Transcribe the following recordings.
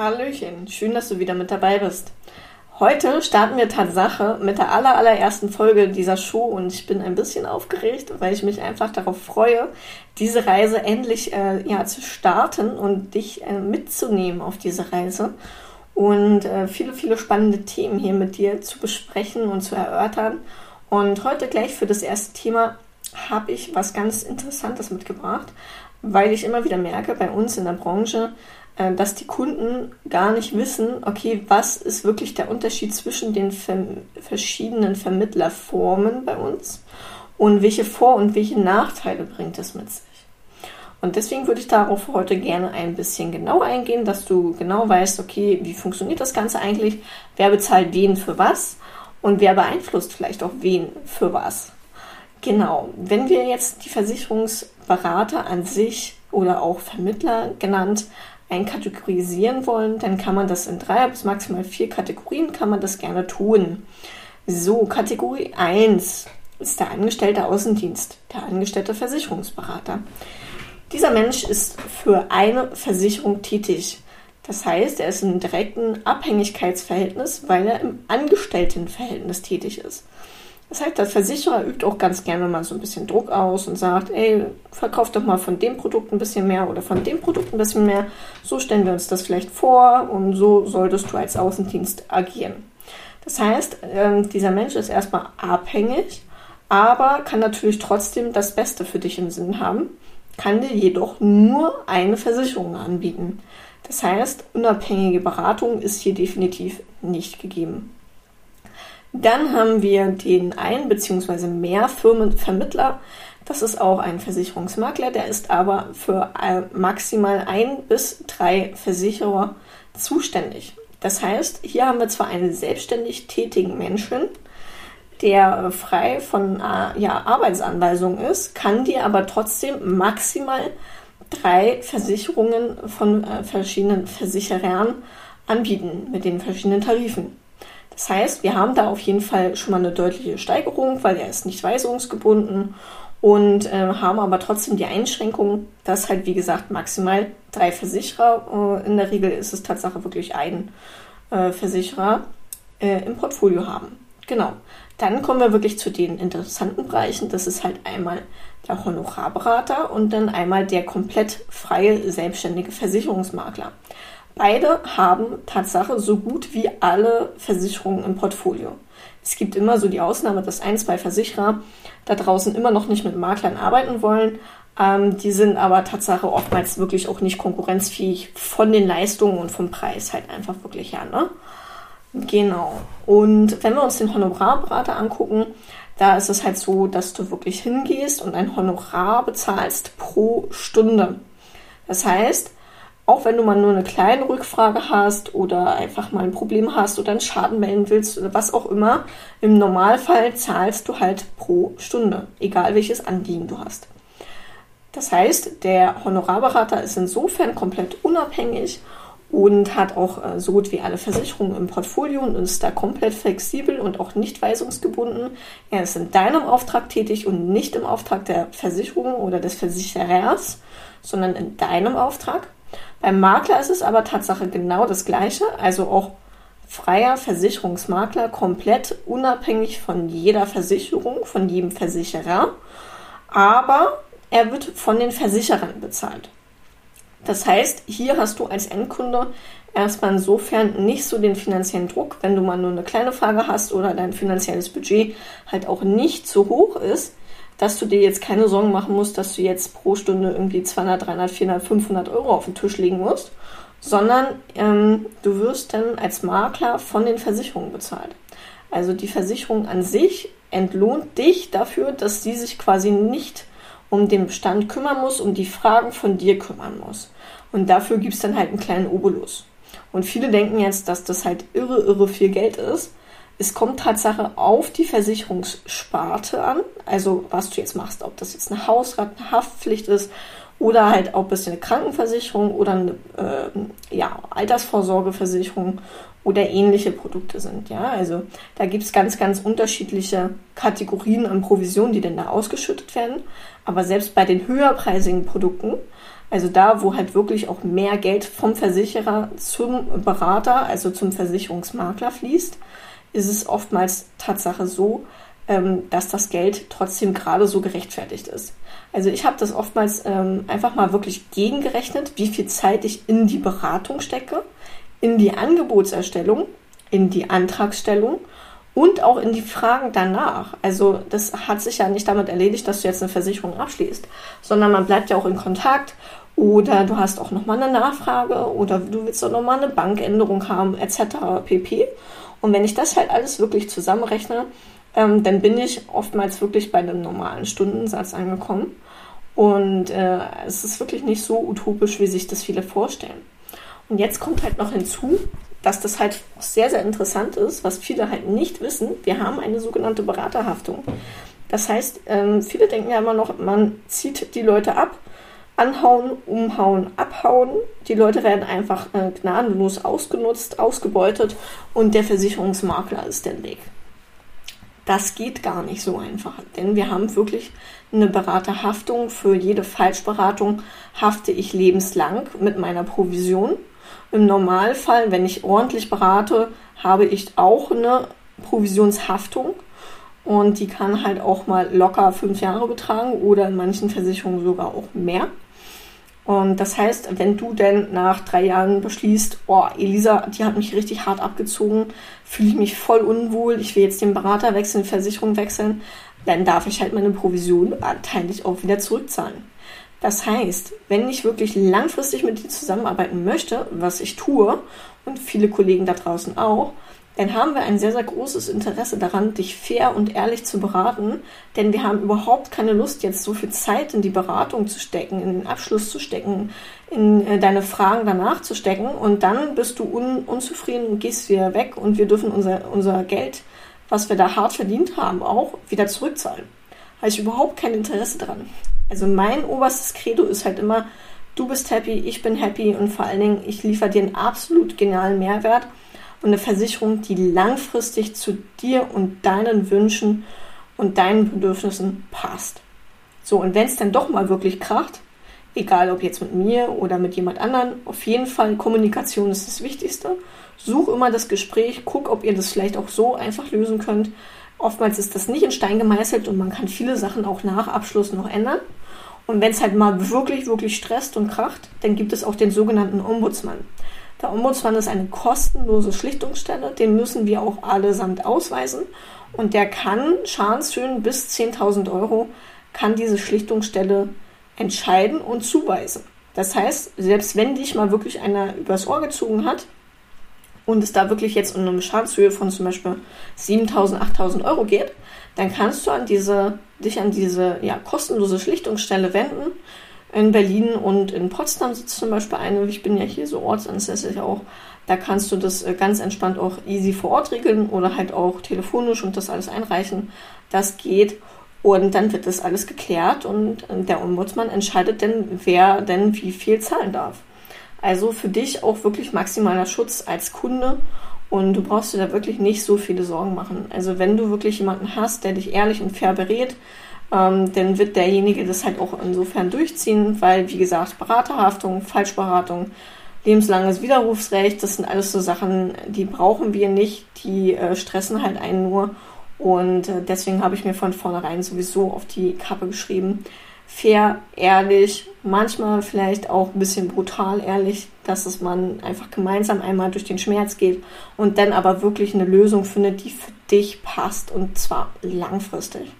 Hallöchen, schön, dass du wieder mit dabei bist. Heute starten wir Tatsache mit der allerersten Folge dieser Show und ich bin ein bisschen aufgeregt, weil ich mich einfach darauf freue, diese Reise endlich zu starten und dich mitzunehmen auf diese Reise und viele spannende Themen hier mit dir zu besprechen und zu erörtern. Und heute gleich für das erste Thema habe ich was ganz Interessantes mitgebracht, weil ich immer wieder merke bei uns in der Branche, dass die Kunden gar nicht wissen, okay, was ist wirklich der Unterschied zwischen den verschiedenen Vermittlerformen bei uns und welche Vor- und welche Nachteile bringt es mit sich. Und deswegen würde ich darauf heute gerne ein bisschen genau eingehen, dass du genau weißt, okay, wie funktioniert das Ganze eigentlich, wer bezahlt wen für was und wer beeinflusst vielleicht auch wen für was. Genau, wenn wir jetzt die Versicherungsberater an sich oder auch Vermittler genannt einkategorisieren wollen, dann kann man das in 3 bis maximal 4 Kategorien kann man das gerne tun. So, Kategorie 1 ist der angestellte Außendienst, der angestellte Versicherungsberater. Dieser Mensch ist für eine Versicherung tätig. Das heißt, er ist in einem direkten Abhängigkeitsverhältnis, weil er im Angestelltenverhältnis tätig ist. Das heißt, der Versicherer übt auch ganz gerne mal so ein bisschen Druck aus und sagt, ey, verkauf doch mal von dem Produkt ein bisschen mehr oder von dem Produkt ein bisschen mehr. So stellen wir uns das vielleicht vor und so solltest du als Außendienst agieren. Das heißt, dieser Mensch ist erstmal abhängig, aber kann natürlich trotzdem das Beste für dich im Sinn haben, kann dir jedoch nur eine Versicherung anbieten. Das heißt, unabhängige Beratung ist hier definitiv nicht gegeben. Dann haben wir den ein- bzw. mehr Firmenvermittler. Das ist auch ein Versicherungsmakler, der ist aber für maximal 1 bis 3 Versicherer zuständig. Das heißt, hier haben wir zwar einen selbstständig tätigen Menschen, der frei von Arbeitsanweisungen ist, kann dir aber trotzdem maximal 3 Versicherungen von verschiedenen Versicherern anbieten mit den verschiedenen Tarifen. Das heißt, wir haben da auf jeden Fall schon mal eine deutliche Steigerung, weil er ist nicht weisungsgebunden und haben aber trotzdem die Einschränkung, dass halt, wie gesagt, maximal 3 Versicherer, in der Regel ist es Tatsache wirklich ein Versicherer, im Portfolio haben. Genau. Dann kommen wir wirklich zu den interessanten Bereichen. Das ist halt einmal der Honorarberater und dann einmal der komplett freie, selbstständige Versicherungsmakler. Beide haben Tatsache so gut wie alle Versicherungen im Portfolio. Es gibt immer so die Ausnahme, dass 1, 2 Versicherer da draußen immer noch nicht mit Maklern arbeiten wollen. Die sind aber Tatsache oftmals wirklich auch nicht konkurrenzfähig von den Leistungen und vom Preis halt einfach wirklich her, ne? Genau. Und wenn wir uns den Honorarberater angucken, da ist es halt so, dass du wirklich hingehst und ein Honorar bezahlst pro Stunde. Das heißt, auch wenn du mal nur eine kleine Rückfrage hast oder einfach mal ein Problem hast oder einen Schaden melden willst oder was auch immer, im Normalfall zahlst du halt pro Stunde, egal welches Anliegen du hast. Das heißt, der Honorarberater ist insofern komplett unabhängig und hat auch so gut wie alle Versicherungen im Portfolio und ist da komplett flexibel und auch nicht weisungsgebunden. Er ist in deinem Auftrag tätig und nicht im Auftrag der Versicherung oder des Versicherers, sondern in deinem Auftrag. Beim Makler ist es aber Tatsache genau das Gleiche, also auch freier Versicherungsmakler, komplett unabhängig von jeder Versicherung, von jedem Versicherer, aber er wird von den Versicherern bezahlt. Das heißt, hier hast du als Endkunde erstmal insofern nicht so den finanziellen Druck, wenn du mal nur eine kleine Frage hast oder dein finanzielles Budget halt auch nicht so hoch ist, dass du dir jetzt keine Sorgen machen musst, dass du jetzt pro Stunde irgendwie 200, 300, 400, 500 Euro auf den Tisch legen musst, sondern du wirst dann als Makler von den Versicherungen bezahlt. Also die Versicherung an sich entlohnt dich dafür, dass sie sich quasi nicht um den Bestand kümmern muss, um die Fragen von dir kümmern muss. Und dafür gibt es dann halt einen kleinen Obolus. Und viele denken jetzt, dass das halt irre viel Geld ist. Es kommt Tatsache auf die Versicherungssparte an, also was du jetzt machst, ob das jetzt eine Hausrat-Haftpflicht ist oder halt ob es eine Krankenversicherung oder eine Altersvorsorgeversicherung oder ähnliche Produkte sind. Ja, also da gibt es ganz unterschiedliche Kategorien an Provisionen, die denn da ausgeschüttet werden. Aber selbst bei den höherpreisigen Produkten Also da, wo halt wirklich auch mehr Geld vom Versicherer zum Berater, also zum Versicherungsmakler fließt, ist es oftmals Tatsache so, dass das Geld trotzdem gerade so gerechtfertigt ist. Also ich habe das oftmals einfach mal wirklich gegengerechnet, wie viel Zeit ich in die Beratung stecke, in die Angebotserstellung, in die Antragsstellung und auch in die Fragen danach. Also das hat sich ja nicht damit erledigt, dass du jetzt eine Versicherung abschließt, sondern man bleibt ja auch in Kontakt oder du hast auch nochmal eine Nachfrage oder du willst auch nochmal eine Bankänderung haben etc. pp. Und wenn ich das halt alles wirklich zusammenrechne, dann bin ich oftmals wirklich bei einem normalen Stundensatz angekommen. Und es ist wirklich nicht so utopisch, wie sich das viele vorstellen. Und jetzt kommt halt noch hinzu, dass das halt sehr, sehr interessant ist, was viele halt nicht wissen. Wir haben eine sogenannte Beraterhaftung. Das heißt, viele denken ja immer noch, man zieht die Leute ab, anhauen, umhauen, abhauen. Die Leute werden einfach gnadenlos ausgenutzt, ausgebeutet und der Versicherungsmakler ist der Weg. Das geht gar nicht so einfach, denn wir haben wirklich eine Beraterhaftung. Für jede Falschberatung hafte ich lebenslang mit meiner Provision. Im Normalfall, wenn ich ordentlich berate, habe ich auch eine Provisionshaftung und die kann halt auch mal locker 5 Jahre betragen oder in manchen Versicherungen sogar auch mehr. Und das heißt, wenn du denn nach 3 Jahren beschließt, oh, Elisa, die hat mich richtig hart abgezogen, fühle ich mich voll unwohl, ich will jetzt den Berater wechseln, die Versicherung wechseln, dann darf ich halt meine Provision anteilig auch wieder zurückzahlen. Das heißt, wenn ich wirklich langfristig mit dir zusammenarbeiten möchte, was ich tue und viele Kollegen da draußen auch, dann haben wir ein sehr, sehr großes Interesse daran, dich fair und ehrlich zu beraten, denn wir haben überhaupt keine Lust, jetzt so viel Zeit in die Beratung zu stecken, in den Abschluss zu stecken, in deine Fragen danach zu stecken und dann bist du unzufrieden und gehst wieder weg und wir dürfen unser Geld, was wir da hart verdient haben, auch wieder zurückzahlen. Habe ich überhaupt kein Interesse dran. Also mein oberstes Credo ist halt immer, du bist happy, ich bin happy und vor allen Dingen, ich liefere dir einen absolut genialen Mehrwert und eine Versicherung, die langfristig zu dir und deinen Wünschen und deinen Bedürfnissen passt. So, und wenn es dann doch mal wirklich kracht, egal ob jetzt mit mir oder mit jemand anderem, auf jeden Fall Kommunikation ist das Wichtigste. Such immer das Gespräch, guck, ob ihr das vielleicht auch so einfach lösen könnt. Oftmals ist das nicht in Stein gemeißelt und man kann viele Sachen auch nach Abschluss noch ändern. Und wenn es halt mal wirklich, wirklich stresst und kracht, dann gibt es auch den sogenannten Ombudsmann. Der Ombudsmann ist eine kostenlose Schlichtungsstelle, den müssen wir auch allesamt ausweisen. Und der kann Schadenshöhen bis 10.000 € kann diese Schlichtungsstelle entscheiden und zuweisen. Das heißt, selbst wenn dich mal wirklich einer übers Ohr gezogen hat und es da wirklich jetzt um eine Schadenshöhe von zum Beispiel 7.000, 8.000 € geht, dann kannst du dich an diese kostenlose Schlichtungsstelle wenden. In Berlin und in Potsdam sitzt zum Beispiel eine, ich bin ja hier so ortsansässig auch, da kannst du das ganz entspannt auch easy vor Ort regeln oder halt auch telefonisch und das alles einreichen. Das geht und dann wird das alles geklärt und der Ombudsmann entscheidet dann, wer denn wie viel zahlen darf. Also für dich auch wirklich maximaler Schutz als Kunde und du brauchst dir da wirklich nicht so viele Sorgen machen. Also wenn du wirklich jemanden hast, der dich ehrlich und fair berät, dann wird derjenige das halt auch insofern durchziehen, weil, wie gesagt, Beraterhaftung, Falschberatung, lebenslanges Widerrufsrecht, das sind alles so Sachen, die brauchen wir nicht, die stressen halt einen nur und deswegen habe ich mir von vornherein sowieso auf die Kappe geschrieben, fair, ehrlich, manchmal vielleicht auch ein bisschen brutal ehrlich, dass man einfach gemeinsam einmal durch den Schmerz geht und dann aber wirklich eine Lösung findet, die für dich passt und zwar langfristig.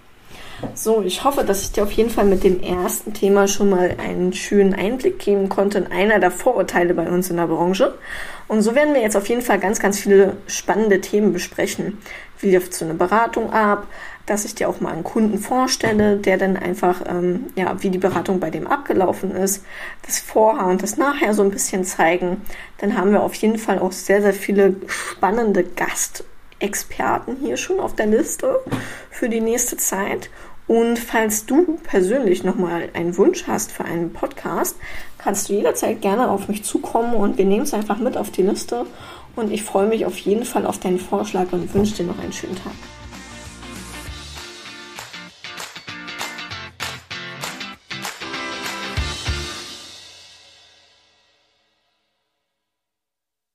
So, ich hoffe, dass ich dir auf jeden Fall mit dem ersten Thema schon mal einen schönen Einblick geben konnte in einer der Vorurteile bei uns in der Branche. Und so werden wir jetzt auf jeden Fall ganz, ganz viele spannende Themen besprechen. Wie läuft so eine Beratung ab, dass ich dir auch mal einen Kunden vorstelle, der dann einfach, wie die Beratung bei dem abgelaufen ist, das Vorher und das Nachher so ein bisschen zeigen. Dann haben wir auf jeden Fall auch sehr, sehr viele spannende Gastexperten hier schon auf der Liste für die nächste Zeit. Und falls du persönlich nochmal einen Wunsch hast für einen Podcast, kannst du jederzeit gerne auf mich zukommen und wir nehmen es einfach mit auf die Liste. Und ich freue mich auf jeden Fall auf deinen Vorschlag und wünsche dir noch einen schönen Tag.